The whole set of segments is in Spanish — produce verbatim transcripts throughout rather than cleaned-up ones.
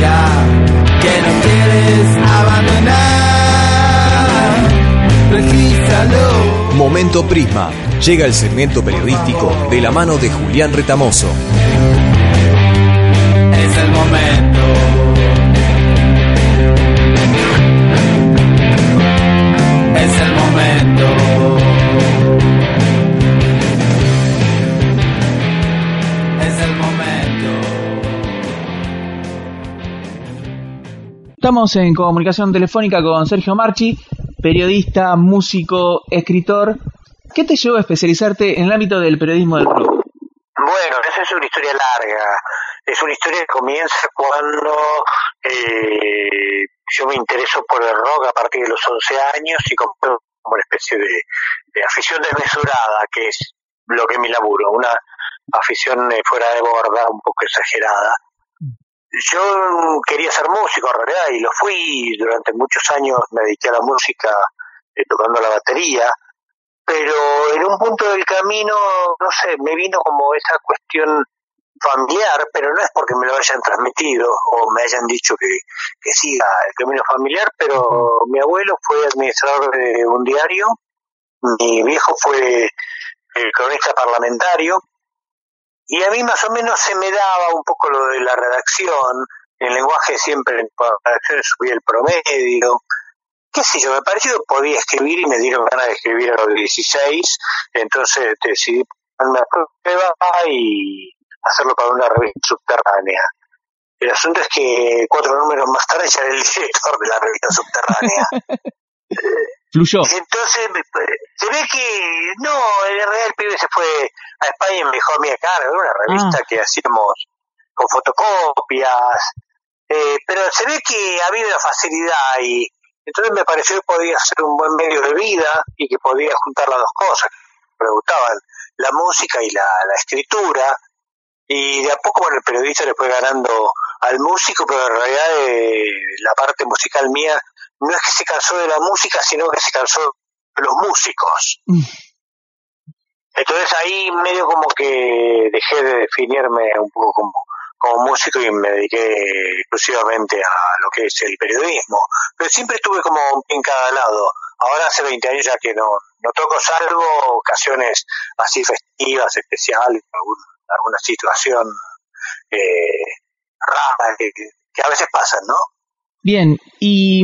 mentira que no quieres abandonar. Regístralo. Momento Prisma. Llega el segmento periodístico de la mano de Julián Retamoso. Es el momento. Es el momento. Es el momento. Estamos en comunicación telefónica con Sergio Marchi, periodista, músico, escritor. ¿Qué te llevó a especializarte en el ámbito del periodismo del rock? Bueno, esa es una historia larga. Es una historia que comienza cuando eh, yo me intereso por el rock a partir de los once años y como una especie de, de afición desmesurada, que es lo que es mi laburo, una afición eh, fuera de borda, un poco exagerada. Yo quería ser músico en realidad y lo fui. Durante muchos años me dediqué a la música eh, tocando la batería, pero en un punto del camino, no sé, me vino como esa cuestión familiar, pero no es porque me lo hayan transmitido o me hayan dicho que, que siga el camino familiar, pero mi abuelo fue administrador de un diario, mi viejo fue el cronista parlamentario, y a mí más o menos se me daba un poco lo de la redacción, el lenguaje siempre en la redacción subía el promedio, qué sé yo, me pareció que podía escribir y me dieron ganas de escribir a los dieciséis, entonces decidí ponerme a prueba y hacerlo para una revista subterránea. El asunto es que cuatro números más tarde ya era el director de la revista subterránea. Fluyó. Entonces se ve que no, en realidad el pibe se fue a España y me dejó a mí a cargo. Era una revista ah. que hacíamos con fotocopias, eh, pero se ve que había una facilidad y entonces me pareció que podía ser un buen medio de vida y que podía juntar las dos cosas. Me gustaban la música y la, la escritura, y de a poco bueno, el periodista le fue ganando al músico, pero en realidad eh, la parte musical mía no es que se cansó de la música, sino que se cansó de los músicos. Mm. Entonces ahí medio como que dejé de definirme un poco como, como músico y me dediqué exclusivamente a lo que es el periodismo. Pero siempre estuve como en cada lado. Ahora hace veinte años ya que no, no toco, salvo ocasiones así festivas, especiales, algún, alguna situación eh, rara que, que a veces pasan, ¿no? Bien, y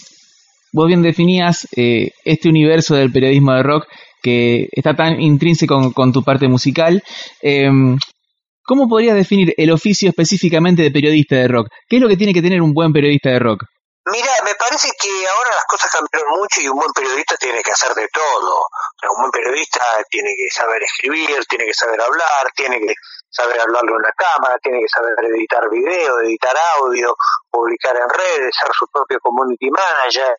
vos bien definías eh, este universo del periodismo de rock que está tan intrínseco con, con tu parte musical. Eh, ¿Cómo podrías definir el oficio específicamente de periodista de rock? ¿Qué es lo que tiene que tener un buen periodista de rock? Mira, me parece que ahora las cosas cambiaron mucho y un buen periodista tiene que hacer de todo. O sea, un buen periodista tiene que saber escribir, tiene que saber hablar, tiene que saber hablarle a una cámara, tiene que saber editar video, editar audio, publicar en redes, ser su propio community manager,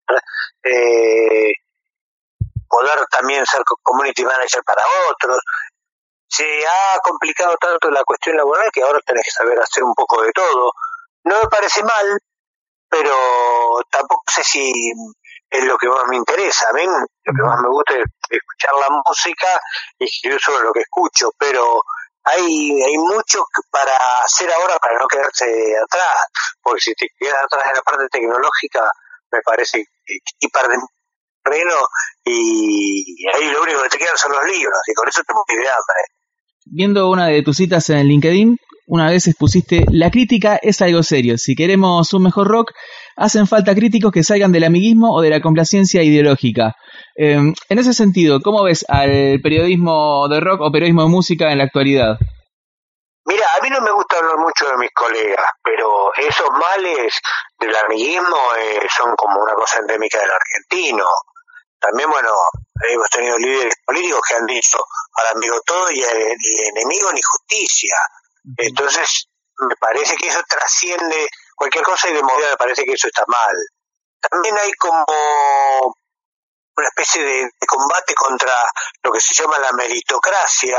eh, poder también ser community manager para otros. Se ha complicado tanto la cuestión laboral que ahora tenés que saber hacer un poco de todo. No me parece mal, pero tampoco sé si es lo que más me interesa. A mí lo que más me gusta es escuchar la música y escribir sobre lo que escucho, pero hay hay mucho para hacer ahora para no quedarse atrás, porque si te quedas atrás de la parte tecnológica me parece que, que perdés terreno y ahí lo único que te quedan son los libros y con eso te mueres de hambre. Viendo una de tus citas en LinkedIn, una vez expusiste: la crítica es algo serio. Si queremos un mejor rock, hacen falta críticos que salgan del amiguismo o de la complacencia ideológica. Eh, en ese sentido, ¿cómo ves al periodismo de rock o periodismo de música en la actualidad? Mira, a mí no me gusta hablar mucho de mis colegas, pero esos males del amiguismo eh, son como una cosa endémica del argentino. También, bueno, hemos tenido líderes políticos que han dicho al amigo todo y al enemigo ni justicia. Entonces, me parece que eso trasciende cualquier cosa y de modo me parece que eso está mal. También hay como una especie de, de combate contra lo que se llama la meritocracia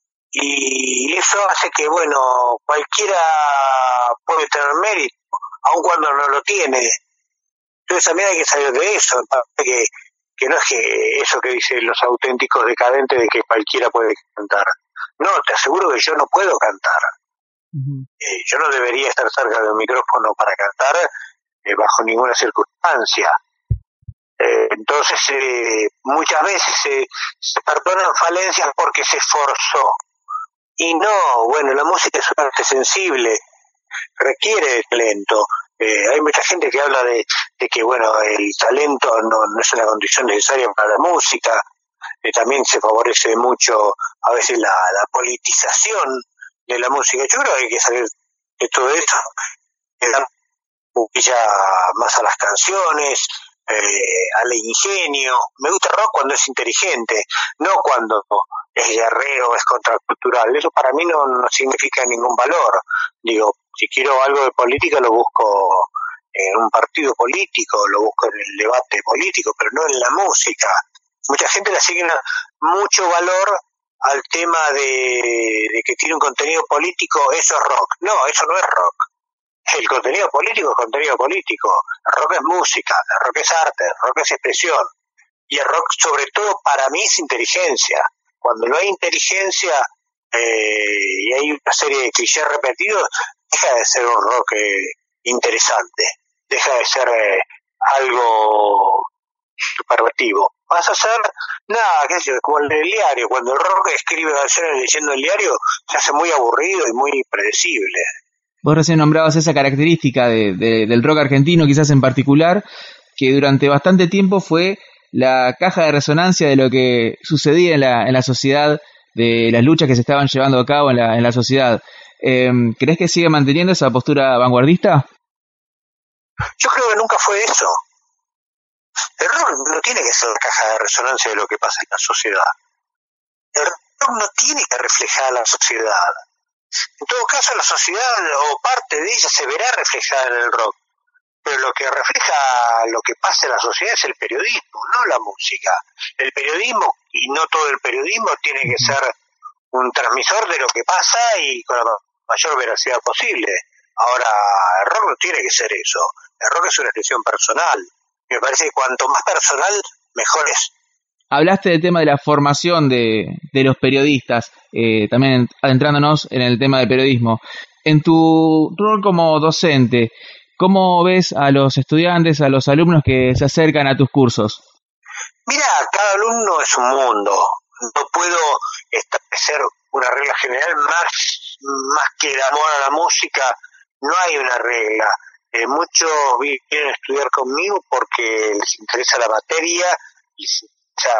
y eso hace que, bueno, cualquiera puede tener mérito, aun cuando no lo tiene. Entonces también hay que salir de eso, me parece que que no es que eso que dicen los auténticos decadentes de que cualquiera puede cantar. No, te aseguro que yo no puedo cantar. Uh-huh. Eh, yo no debería estar cerca de un micrófono para cantar eh, bajo ninguna circunstancia. Eh, entonces, eh, muchas veces eh, se perdonan falencias porque se esforzó. Y no, bueno, la música es un arte sensible, requiere de talento. Eh, hay mucha gente que habla de, de que, bueno, el talento no, no es una condición necesaria para la música. Eh, también se favorece mucho a veces la, la politización de la música. Yo creo que hay que salir de todo esto, eh, ya más a las canciones, eh, al ingenio. Me gusta el rock cuando es inteligente, no cuando es guerrero, es contracultural. Eso para mí no, no significa ningún valor. Digo, si quiero algo de política lo busco en un partido político, lo busco en el debate político, pero no en la música. Mucha gente le asigna mucho valor al tema de, de que tiene un contenido político, eso es rock. No, eso no es rock. El contenido político es contenido político. El rock es música, el rock es arte, el rock es expresión. Y el rock, sobre todo, para mí es inteligencia. Cuando no hay inteligencia eh, y hay una serie de clichés repetidos, deja de ser un rock eh, interesante, deja de ser eh, algo superlativo. Vas a hacer nada, qué sé yo, como el del diario. Cuando el rock escribe canciones leyendo el diario, se hace muy aburrido y muy predecible. Vos recién nombrabas esa característica de, de, del rock argentino, quizás en particular, que durante bastante tiempo fue la caja de resonancia de lo que sucedía en la, en la sociedad, de las luchas que se estaban llevando a cabo en la, en la sociedad. Eh, ¿Crees que sigue manteniendo esa postura vanguardista? Yo creo que nunca fue eso. El rock no tiene que ser la caja de resonancia de lo que pasa en la sociedad. El rock no tiene que reflejar a la sociedad. En todo caso, la sociedad o parte de ella se verá reflejada en el rock. Pero lo que refleja lo que pasa en la sociedad es el periodismo, no la música. El periodismo, y no todo el periodismo, tiene que ser un transmisor de lo que pasa y con la mayor veracidad posible. Ahora, el rock no tiene que ser eso. El rock es una expresión personal. Me parece que cuanto más personal, mejor es. Hablaste del tema de la formación de, de los periodistas, eh, también adentrándonos en el tema del periodismo. En tu rol como docente, ¿cómo ves a los estudiantes, a los alumnos que se acercan a tus cursos? Mira, cada alumno es un mundo. No puedo establecer una regla general más, más que el amor a la música. No hay una regla. Eh, muchos vienen a estudiar conmigo porque les interesa la materia, les interesa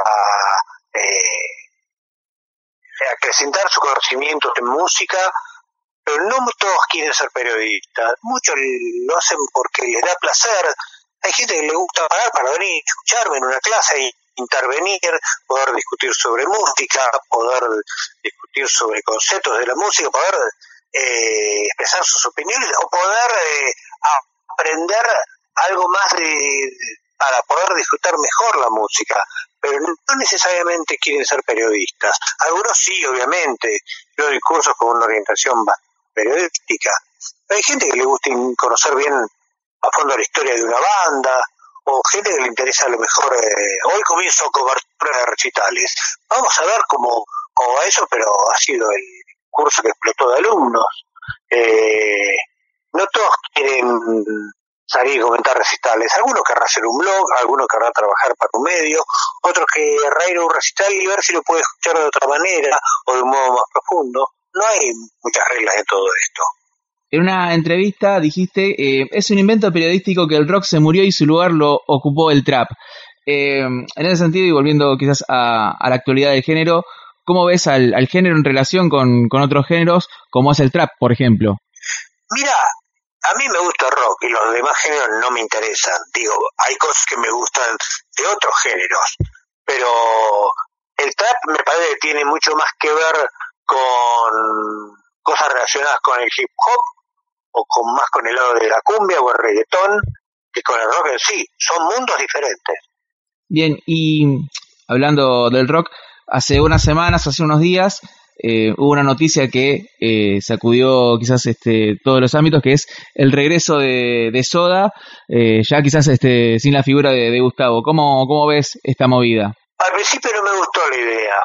eh, acrecentar sus conocimientos en música, pero no todos quieren ser periodistas. Muchos lo hacen porque les da placer. Hay gente que le gusta pagar para venir a escucharme en una clase y intervenir, poder discutir sobre música, poder discutir sobre conceptos de la música, poder eh, expresar sus opiniones o poder eh, aprender algo más de, para poder disfrutar mejor la música, pero no necesariamente quieren ser periodistas. Algunos sí, obviamente. Yo doy cursos con una orientación periodística. Pero hay gente que le gusta conocer bien a fondo la historia de una banda, o gente que le interesa a lo mejor, eh, hoy comienzo cobertura de recitales. Vamos a ver cómo, cómo va eso, pero ha sido el curso que explotó de alumnos. Eh, no todos quieren salir y comentar recitales. Algunos querrán hacer un blog, algunos querrán trabajar para un medio, otros querrán ir a un recital y ver si lo puede escuchar de otra manera o de un modo más profundo. No hay muchas reglas de todo esto. En una entrevista dijiste, eh, es un invento periodístico que el rock se murió y su lugar lo ocupó el trap. Eh, en ese sentido, y volviendo quizás a, a la actualidad del género, ¿cómo ves al, al género en relación con, con otros géneros, como es el trap, por ejemplo? Mira, a mí me gusta el rock y los demás géneros no me interesan. Digo, hay cosas que me gustan de otros géneros, pero el trap me parece que tiene mucho más que ver con cosas relacionadas con el hip hop o con más con el lado de la cumbia o el reggaetón que con el rock en sí. Son mundos diferentes. Bien, y hablando del rock, hace unas semanas, hace unos días, eh, hubo una noticia que eh, sacudió quizás este, todos los ámbitos, que es el regreso de, de Soda, eh, ya quizás este, sin la figura de, de Gustavo. ¿Cómo, ¿Cómo ves esta movida? Al principio no me gustó la idea,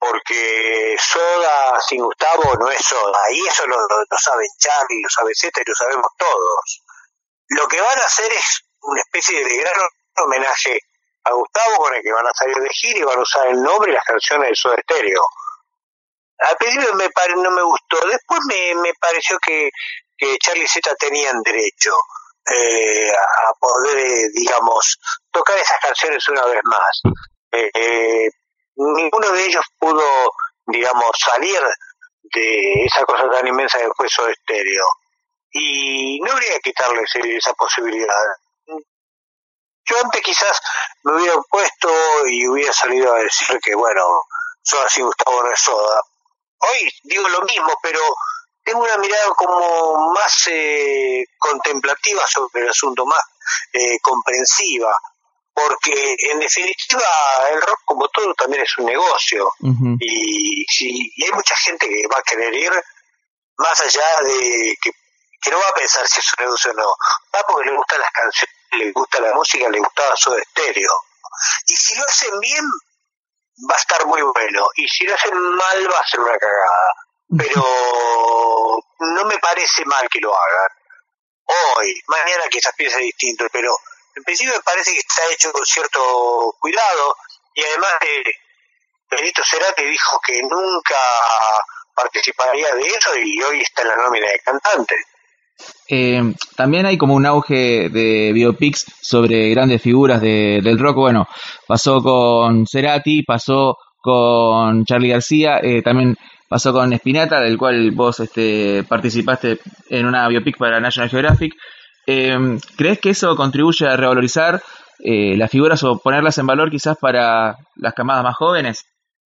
porque Soda sin Gustavo no es Soda, y eso lo, lo, lo saben Charlie, lo sabe Zeta y lo sabemos todos. Lo que van a hacer es una especie de gran homenaje a Gustavo, con el que van a salir de gira y van a usar el nombre y las canciones de Soda Stereo. Al principio me pare, no me gustó, después me, me pareció que, que Charlie y Zeta tenían derecho eh, a poder, eh, digamos, tocar esas canciones una vez más. Eh, eh, ninguno de ellos pudo, digamos, salir de esa cosa tan inmensa que fue Soda Stereo. Y no habría que quitarles esa posibilidad. Yo antes quizás me hubiera opuesto y hubiera salido a decir que, bueno, Soda sin Gustavo no es Soda. Hoy digo lo mismo, pero tengo una mirada como más eh, contemplativa sobre el asunto, más eh, comprensiva, porque en definitiva el rock, como todo, también es un negocio. Uh-huh. y, y, y hay mucha gente que va a querer ir más allá de que, que no va a pensar si es un negocio o no, va porque le gustan las canciones, le gusta la música, le gustaba Soda Stereo, y si lo hacen bien va a estar muy bueno, y si lo hacen mal va a ser una cagada, pero no me parece mal que lo hagan hoy. Mañana quizás piense distinto, pero en principio me parece que está hecho con cierto cuidado, y además eh, Benito Cerati dijo que nunca participaría de eso y hoy está en la nómina de cantante. Eh, también hay como un auge de biopics sobre grandes figuras de, del rock. Bueno, pasó con Cerati, pasó con Charly García, eh, también pasó con Spinetta, del cual vos este, participaste en una biopic para National Geographic. Eh, ¿Crees que eso contribuye a revalorizar eh, las figuras o ponerlas en valor quizás para las camadas más jóvenes?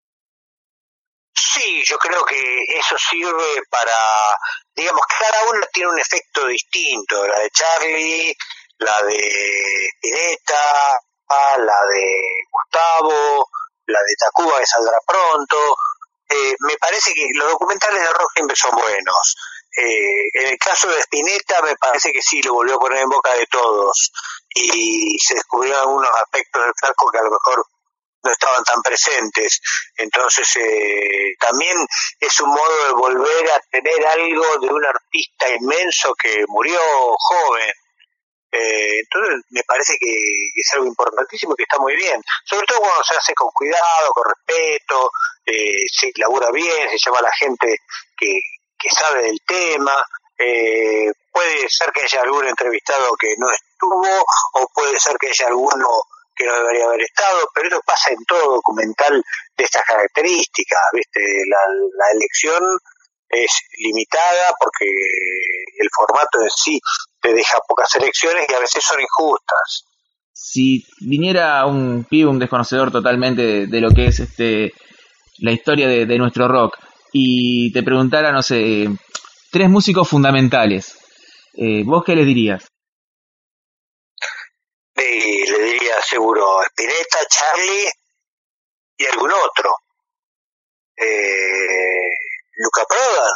Sí, yo creo que eso sirve para, digamos, cada una tiene un efecto distinto, la de Charly, la de Spinetta, la de Gustavo, la de Tacuba que saldrá pronto. Eh, me parece que los documentales de rock siempre son buenos. Eh, en el caso de Spinetta me parece que sí, lo volvió a poner en boca de todos y se descubrieron algunos aspectos del flaco que a lo mejor no estaban tan presentes. Entonces eh, también es un modo de volver a tener algo de un artista inmenso que murió joven. Eh, entonces me parece que es algo importantísimo, que está muy bien, sobre todo cuando se hace con cuidado, con respeto, eh, se labura bien, se llama a la gente que, que sabe del tema. Eh, puede ser que haya algún entrevistado que no estuvo, o puede ser que haya alguno que no debería haber estado, pero eso pasa en todo documental de estas características, ¿viste? La, la elección es limitada porque el formato en sí te deja pocas elecciones y a veces son injustas. Si viniera un pibe, un desconocedor totalmente de, de lo que es este la historia de, de nuestro rock, y te preguntara, no sé, tres músicos fundamentales, eh, ¿vos qué les dirías? Y le diría seguro Spinetta, Charly y algún otro. Eh, Luca Prodan,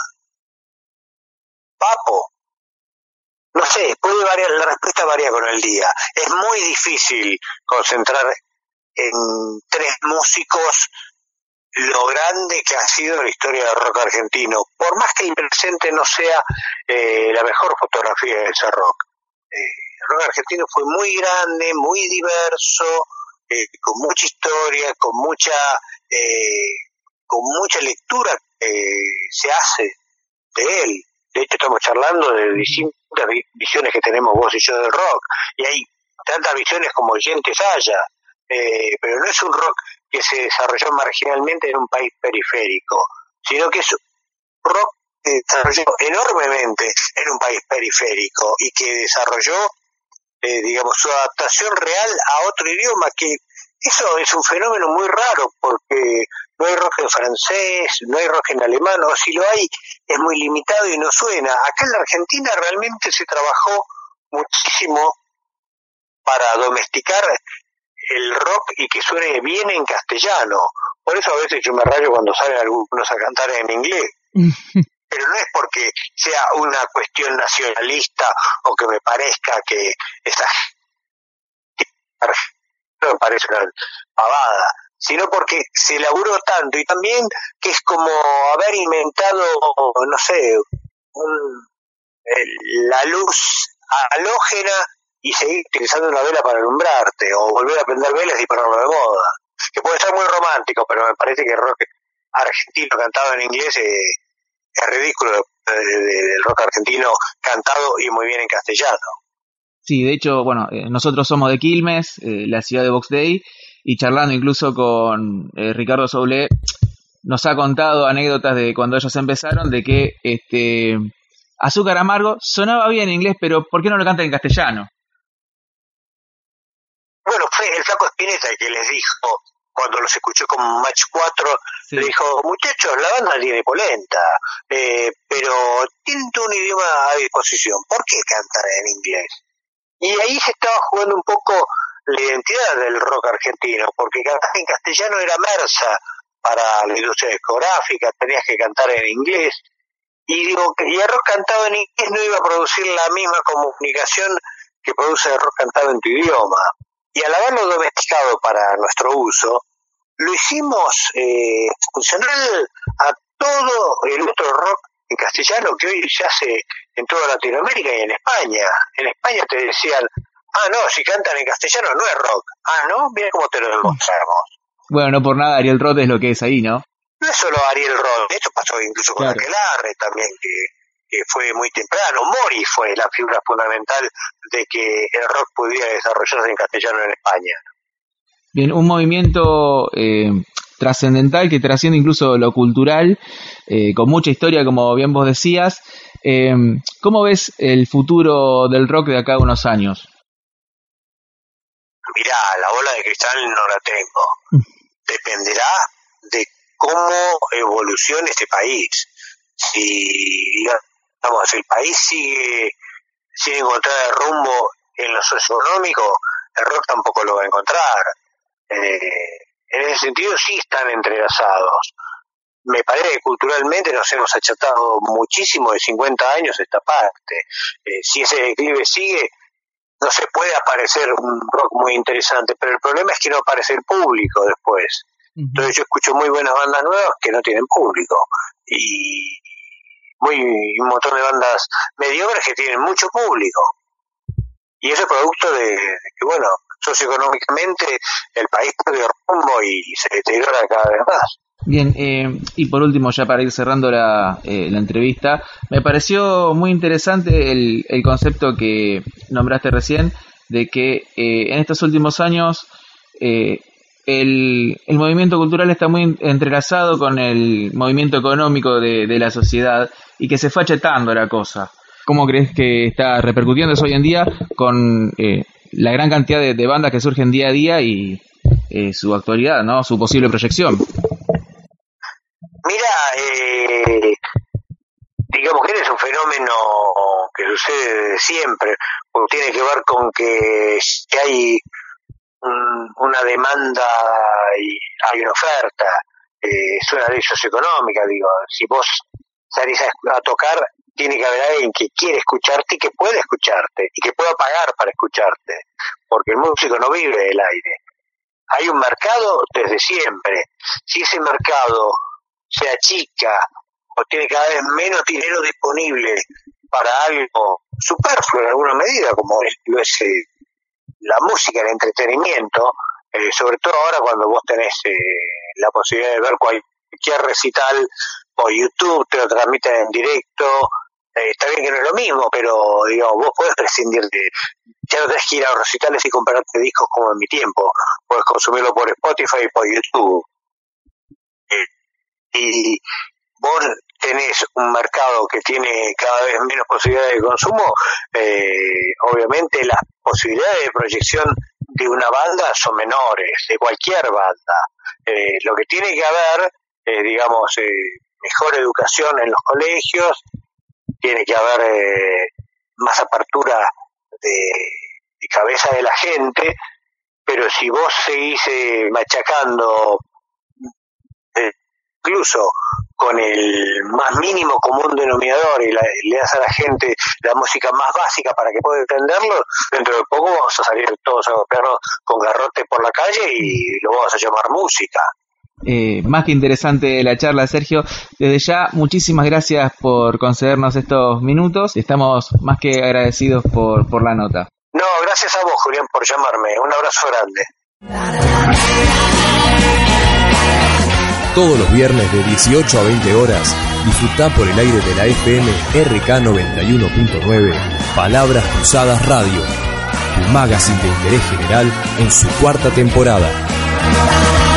Papo. No sé, puede variar, la respuesta varía con el día. Es muy difícil concentrar en tres músicos lo grande que ha sido la historia del rock argentino, por más que el presente no sea eh, la mejor fotografía de ese rock. Eh, el rock argentino fue muy grande, muy diverso, eh, con mucha historia, con mucha eh, con mucha lectura que eh, se hace de él. De hecho, estamos charlando de distintas visiones que tenemos vos y yo del rock, y hay tantas visiones como oyentes haya, eh, pero no es un rock que se desarrolló marginalmente en un país periférico, sino que es un rock que se desarrolló enormemente en un país periférico y que desarrolló, eh, digamos, su adaptación real a otro idioma, que eso es un fenómeno muy raro, porque no hay rock en francés, no hay rock en alemán, o si lo hay, es muy limitado y no suena. Acá en la Argentina realmente se trabajó muchísimo para domesticar el rock y que suene bien en castellano. Por eso a veces yo me rayo cuando salen algunos a cantar en inglés. Pero no es porque sea una cuestión nacionalista o que me parezca que esa me parece una pavada, sino porque se laburó tanto y también que es como haber inventado, no sé, un, el, la luz halógena y seguir utilizando una vela para alumbrarte, o volver a prender velas y ponerlo de moda, que puede ser muy romántico, pero me parece que el rock argentino cantado en inglés eh, es ridículo de, de, de, del rock argentino cantado y muy bien en castellano. Sí, de hecho, bueno, eh, nosotros somos de Quilmes, eh, la ciudad de Box Day, y charlando incluso con eh, Ricardo Soule, nos ha contado anécdotas de cuando ellos empezaron, de que este Azúcar Amargo sonaba bien en inglés, pero ¿por qué no lo cantan en castellano? Bueno, fue el Flaco Spinetta el que les dijo, cuando los escuchó con Match cuatro, sí. Le dijo, muchachos, la banda tiene polenta, eh, pero tienen un idioma a disposición, ¿por qué cantan en inglés? Y ahí se estaba jugando un poco la identidad del rock argentino, porque cantar en castellano era mersa para la industria discográfica, tenías que cantar en inglés, y digo, y el rock cantado en inglés no iba a producir la misma comunicación que produce el rock cantado en tu idioma. Y al haberlo domesticado para nuestro uso, lo hicimos eh, funcional a todo el otro rock en castellano que hoy se hace en toda Latinoamérica y en España. En España te decían, ah, no, si cantan en castellano no es rock. Ah, ¿no? Mira cómo te lo demostramos. Bueno, no por nada Ariel Roth es lo que es ahí, ¿no? No es solo Ariel Roth, esto pasó incluso con claro. Aquelarre también, que, que fue muy temprano. Mori fue la figura fundamental de que el rock pudiera desarrollarse en castellano en España. Bien, un movimiento eh, trascendental que trasciende incluso lo cultural, eh, con mucha historia, como bien vos decías. Eh, ¿Cómo ves el futuro del rock de acá a unos años? Mirá, la bola de cristal no la tengo. Dependerá de cómo evolucione este país. Si, digamos, el país sigue sin encontrar el rumbo en lo socioeconómico, el rock tampoco lo va a encontrar. Eh, en ese sentido sí están entrelazados. Me parece que culturalmente nos hemos achatado muchísimo de cincuenta años esta parte. Eh, si ese declive sigue, no se puede aparecer un rock muy interesante, pero el problema es que no aparece el público después. Uh-huh. Entonces yo escucho muy buenas bandas nuevas que no tienen público, y muy un montón de bandas mediocres que tienen mucho público. Y eso es producto de, de que, bueno, socioeconómicamente el país perdió rumbo y se deteriora cada vez más. Bien, eh, y por último, ya para ir cerrando la, eh, la entrevista, me pareció muy interesante el, el concepto que nombraste recién, de que eh, en estos últimos años eh, el, el movimiento cultural está muy entrelazado con el movimiento económico de, de la sociedad, y que se fue achetando la cosa. ¿Cómo crees que está repercutiendo eso hoy en día con eh, la gran cantidad de, de bandas que surgen día a día y eh, su actualidad, ¿no? Su posible proyección? Mira, eh, digamos que es un fenómeno que sucede desde siempre, porque tiene que ver con que si hay un, una demanda y hay una oferta, eh, es una ley socioeconómica, digo, si vos salís a, a tocar, tiene que haber alguien que quiere escucharte y que puede escucharte y que pueda pagar para escucharte, porque el músico no vive del aire. Hay un mercado desde siempre. Si ese mercado se achica o tiene cada vez menos dinero disponible para algo superfluo en alguna medida, como es, lo es eh, la música, el entretenimiento, eh, sobre todo ahora cuando vos tenés eh, la posibilidad de ver cualquier recital por YouTube, te lo transmiten en directo, eh, está bien que no es lo mismo, pero digamos, vos podés prescindir de, ya no tenés que ir a los recitales y comprarte discos como en mi tiempo, podés consumirlo por Spotify y por YouTube. Eh, y vos tenés un mercado que tiene cada vez menos posibilidades de consumo, eh, obviamente las posibilidades de proyección de una banda son menores, de cualquier banda. Eh, lo que tiene que haber, eh, digamos, eh, mejor educación en los colegios, tiene que haber eh, más apertura de, de cabeza de la gente, pero si vos seguís eh, machacando eh, incluso con el más mínimo común denominador y la, le das a la gente la música más básica para que pueda entenderlo, dentro de poco vamos a salir todos a golpearnos con garrote por la calle y lo vamos a llamar música. Eh, más que interesante la charla, Sergio. Desde ya, muchísimas gracias por concedernos estos minutos. Estamos más que agradecidos por, por la nota. No, gracias a vos, Julián, por llamarme. Un abrazo grande. Todos los viernes de dieciocho a veinte horas, disfrutá por el aire de la F M R K noventa y uno punto nueve Palabras Cruzadas Radio, tu magazine de interés general en su cuarta temporada.